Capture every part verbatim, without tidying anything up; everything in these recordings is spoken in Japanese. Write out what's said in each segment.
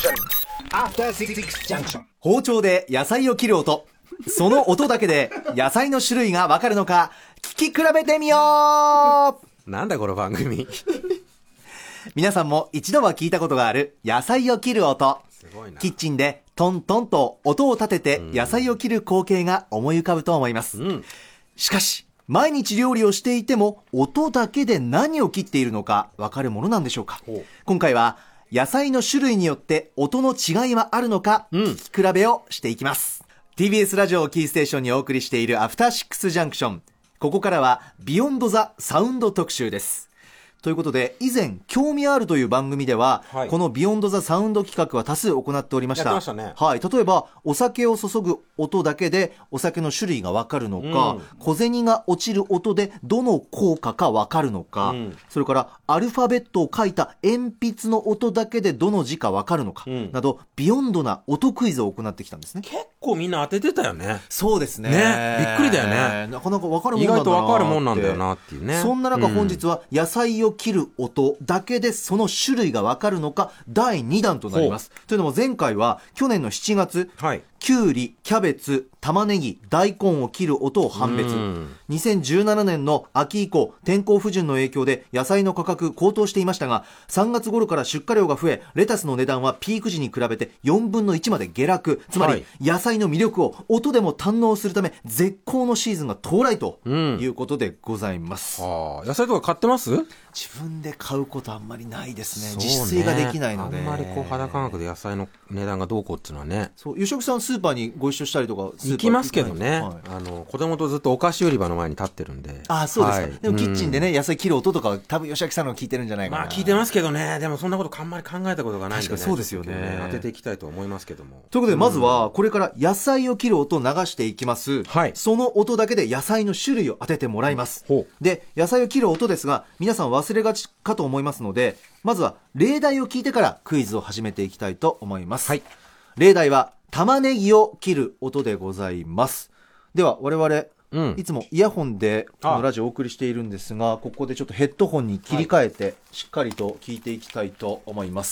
After Six Junction。 包丁で野菜を切る音。その音だけで野菜の種類がわかるのか、聞き比べてみよう。 なんだこの番組。 皆さんも一度は聞いたことがある野菜を切る音。 すごいな。 キッチンでトントンと音を立てて野菜を切る光景が思い浮かぶと思います。 うん。 しかし、毎日料理をしていても音だけで何を切っているのかわかるものなんでしょうか。今回は野菜の種類によって音の違いはあるのか、聞き比べをしていきます。ティービーエス ラジオをキーステーションにお送りしているアフターシックスジャンクション。ここからはビヨンドザサウンド特集です。ということで、以前興味あるという番組では、はい、このビヨンドザサウンド企画は多数行っておりました。 やってましたね。 はい。例えば、お酒を注ぐ音だけでお酒の種類がわかるのか、うん、小銭が落ちる音でどの効果かわかるのか、うん、それからアルファベットを書いた鉛筆の音だけでどの字かわかるのか、うん、など、ビヨンドな音クイズを行ってきたんですね。 結構みんな当ててたよね。 そうですね。 ね。びっくりだよね。 なかなかわかるもんなんだなって。 意外とわかるもんなんだよなっていうね。 そんな中、本日は野菜を切る音だけでその種類がわかるのかだいにだんとなります。というのも前回は去年のしちがつ、はい、きゅうり、キャベツ、玉ねぎ、大根を切る音を判別。にせんじゅうななねんの秋以降、天候不順の影響で野菜の価格高騰していましたが、さんがつ頃から出荷量が増え、レタスの値段はピーク時に比べてよんぶんのいちまで下落。つまり、はい、野菜の魅力を音でも堪能するため、絶好のシーズンが到来ということでございます。 うん、あ、野菜とか買ってます？ 自分で買うことあんまりないですね。自炊ができないので。 あんまりこう肌感覚で野菜の値段がどうこうっていうのはね。 そう、吉岡さんスーパーにご一緒したりとか行きますけどね、はい、あの子供とずっとお菓子売り場の前に立ってるんで。 ああ、そうですか、はい、でもキッチンでね、うん、野菜切る音とかは多分吉岡さんの聞いてるんじゃないかな。 まあ聞いてますけどね。でもそんなことあんまり考えたことがないんでね。 確かにそうですよね。 当てていきたいと思いますけども。 ということで、まずはこれから野菜を切る音を流していきます、はい、その音だけで野菜の種類を当ててもらいます、うん、で野菜を切る音ですが、皆さん忘れがちかと思いますので、まずは例題を聞いてからクイズを始めていきたいと思います、はい、例題は玉ねぎを切る音でございます。では我々、うん、いつもイヤホンでこのラジオをお送りしているんですが、ここでちょっとヘッドホンに切り替えて、はい、しっかりと聞いていきたいと思います。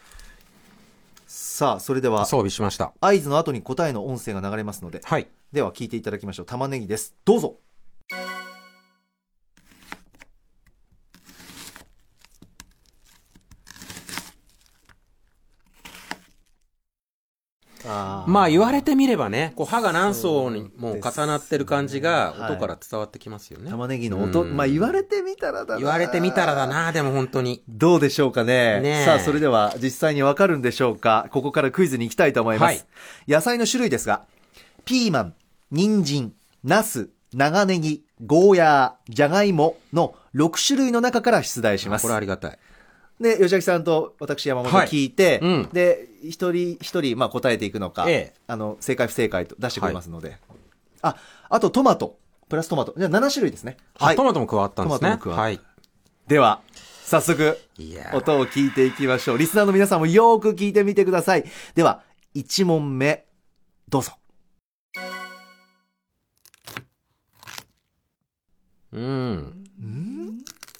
さあ、それでは装備しました。 合図の後に答えの音声が流れますので、はい、では聞いていただきましょう。玉ねぎです。どうぞ。 あまあ言われてみればね、こう歯が何層にもう重なってる感じが音から伝わってきますよね。 はい、玉ねぎの音、まあ言われてみたらだな。 言われてみたらだな。でも本当にどうでしょうかね。ね、さあ、それでは実際にわかるんでしょうか。ここからクイズに行きたいと思います。はい、野菜の種類ですが、ピーマン、人参、ナス、長ネギ、ゴーヤー、じゃがいものろくしゅるいの中から出題します。 これありがたい。 で、吉崎さんと私山本聞いて、はい、うん、で、一人一人、まあ、答えていくのか、ええ、あの、正解不正解と出してくれますので。はい、あ、あとトマト、プラストマト。じゃあななしゅるいですね。 はい。トマトも加わったんですね。 トマトも加わった。はい。では、早速、音を聞いていきましょう。リスナーの皆さんもよーく聞いてみてください。では、いちもんめ、どうぞ。 うん。うん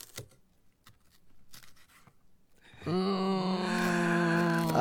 うーんあ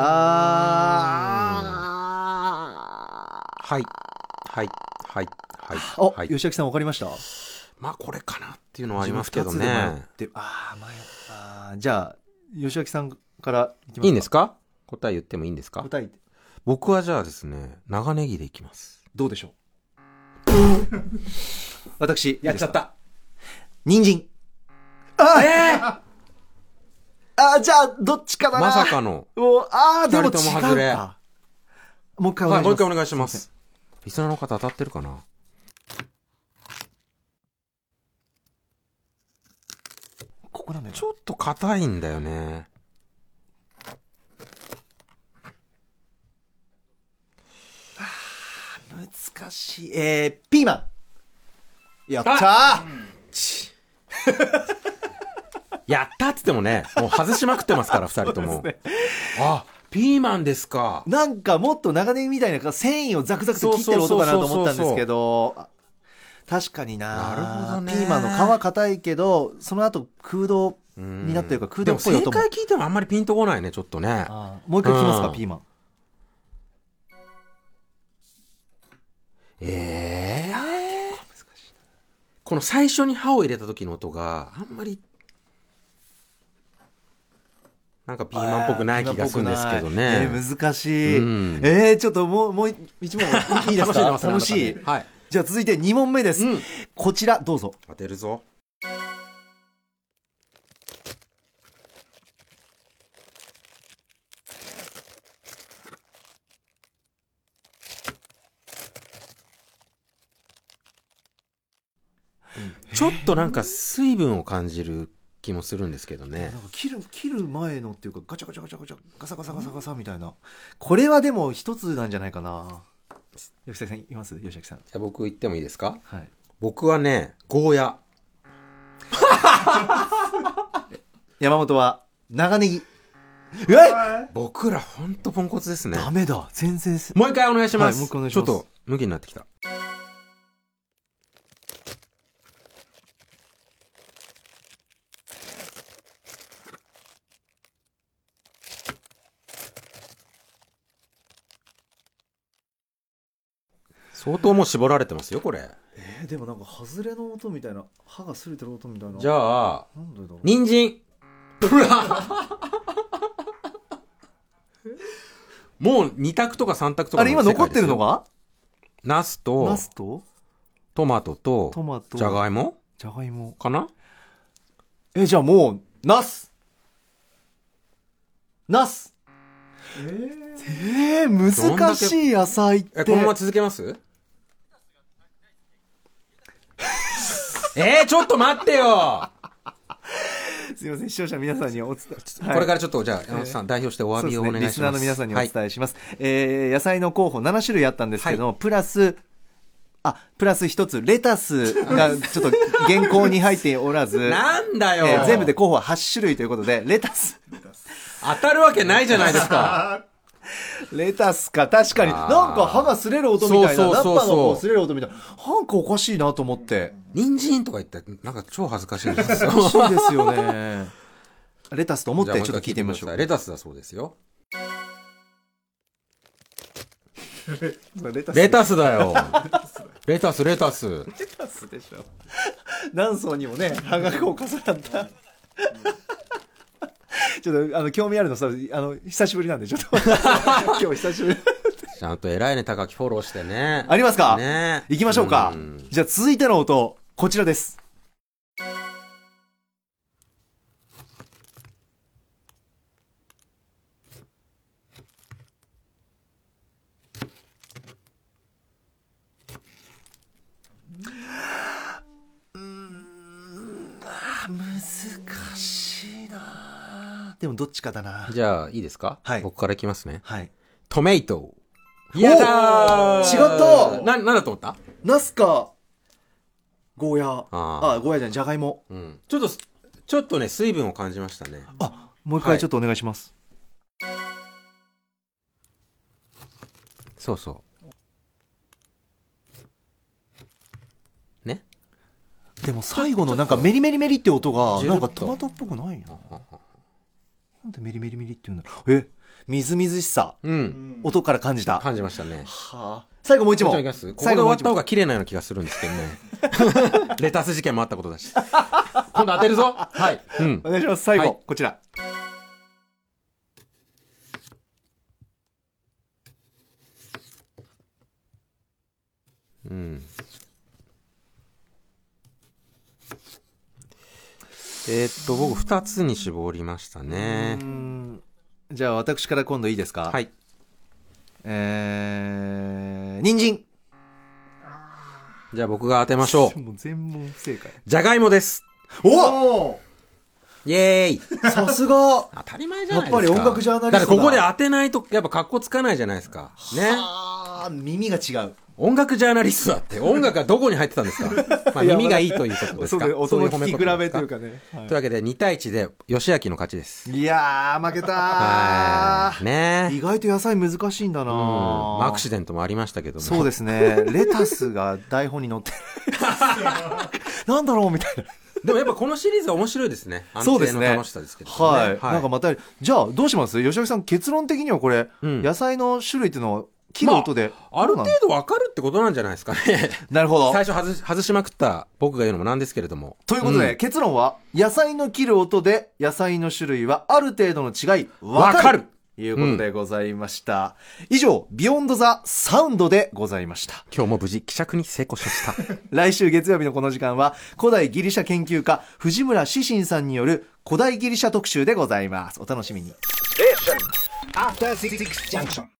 ーはいはいはいはいお、 はい、 吉崎さん分かりました？ まあこれかなっていうのはありますけどね。 ああ、じゃあ吉崎さんからいきますか。 いいんですか？答え言ってもいいんですか？ 答え僕はじゃあですね、長ネギでいきます。 どうでしょう？私やっちゃった。 人参。あえーあ、じゃあ、どっちかだな。 まさかの。 ああ、でも違うか。 もう一回お願いします。はい、もう一回お願いします。リスナーの方当たってるかな？ ここなんだよ。 ちょっと硬いんだよね。 あー、難しい。えー、ピーマン。やったー。 やったっつってもね、もう外しまくってますから二人とも、ね、あ、ピーマンですか。 なんかもっと長ネギみたいな繊維をザクザクと切ってる音かなと思ったんですけど、確かにな。 なるほどね。 ピーマンの皮硬いけどその後空洞になってるか空でも洞っぽい音も。 正解聞いてもあんまりピンとこないね、ちょっとね。 あもう一回聞きますか、 うんピーマン。 ええー、この最初に歯を入れた時の音があんまりなんかピーマンっぽくない気がするんですけどね。 えー、難しい、うん、えー、ちょっともうもう一問いいですか。 楽しい、 楽しい、 はい、 じゃあ続いてに問目です、 うん、 こちらどうぞ。 当てるぞ。ちょっとなんか水分を感じる気もするんですけどね。 なんか切る切る前のっていうかガチャガチャガチャガチャガサガサガサガサみたいな。これはでも一つなんじゃないかな。吉崎さんいます？吉崎さん。じゃあ僕言ってもいいですか？ はい。 僕はね、ゴーヤ。 山本は長ネギ。 え？僕らほんとポンコツですね。 ダメだ。全然す。 もう一回お願いします。はい、 もう一回お願いします。 ちょっと無気になってきた。相当もう絞られてますよこれ。 えー、でもなんか外れの音みたいな、歯が擦れてる音みたいな。 じゃあなんでだろう。 人参。もうに択とかさん択とか。 あれ今残ってるのがナスとナスとトマトとトマトじゃがいもじゃがいもかな。 えじゃあもうナスナスえー、えー、難しい野菜って。 えこのまま続けます？えー、ちょっと待ってよ。 すいません、視聴者の皆さんにお伝え、 はい、これからちょっとじゃあ山本さん、えー、代表してお詫びをお願いします。ね、 リスナーの皆さんにお伝えします、 はい、 えー、野菜の候補なな種類あったんですけども、はい、プラスあプラス一つレタスがちょっと原稿に入っておらずなんだよ、 えー、全部で候補ははち種類ということでレタス当たるわけないじゃないですか。 レタスか、確かになんか歯が擦れる音みたいな、ラッパがこう擦れる音みたいな、なんかおかしいなと思って。 人参とか言ってなんか超恥ずかしいんですよ。 おかしいですよね。レタスと思ってちょっと聞いてみましょう。 レタスだそうですよ。レタスだよ。レタスレタスレタスでしょ。何層にもね歯がこう重なったちょっとあの興味あるのさ、あの久しぶりなんでちょっと今日久しぶりちゃんと偉いね高木フォローしてね。 ありますかね。 行きましょうか。うじゃあ続いての音こちらです。うーん難しいな。でもどっちかだな。 じゃあいいですか、 はい、 僕からいきますね。 はい。 トメイト。やだー。 違った。 な、なんだと思った？ ナスかゴーヤ。 ああ、ゴーヤじゃん、じゃがいも。 うん。ちょっとちょっとね水分を感じましたね。 あ、もう一回ちょっとお願いします。はい、 そうそう。ね。 でも最後のなんかメリメリメリって音がなんかトマトっぽくないな。なんでメリメリメリって言うんだろう。え、みずみずしさ、うん、音から感じた。 感じましたね。 はあ。最後もう一問。 ここで終わった方が綺麗なような気がするんですけどね。レタス事件もあったことだし。今度当てるぞ。はい。 うん、お願いします。最後、はい、こちら。 うん。えー、っと僕ふたつに絞りましたね。 うーん、じゃあ私から今度いいですか。 はい。 えー、人参。 じゃあ僕が当てましょう。 もう全問不正解。 じゃがいもです。 おお、 イエーイ。 さすが。 当たり前じゃないですか。 やっぱり音楽ジャーナリストだ。 だからここで当てないとやっぱ格好つかないじゃないですかね。 ああ、耳が違う。 音楽ジャーナリストだって音楽がどこに入ってたんですか。まあ耳がいいということですか。 そう音の聞き比べというかね、 はい、というわけでに対いちで吉明の勝ちです。 いやー負けたー。 はいね。 意外と野菜難しいんだな、うん、 アクシデントもありましたけども。 そうですね。レタスが台本に載ってるなんだろうみたいなでもやっぱこのシリーズは面白いですね。安定の楽しさですけどね。 はい、 はい。 なんかまた、じゃあどうします吉明さん、結論的にはこれ、うん、野菜の種類っていうのは切る音で、 まあ、ある程度わかるってことなんじゃないですかね。 なるほど。 最初外し、外しまくった僕が言うのもなんですけれども。 ということで、 うん、 結論は、野菜の切る音で野菜の種類はある程度の違いわかる。わかるということでございました。うん、以上、ビヨンドザサウンドでございました。 今日も無事、希釈に成功しました。 来週月曜日のこの時間は、古代ギリシャ研究家、藤村志信さんによる古代ギリシャ特集でございます。お楽しみに。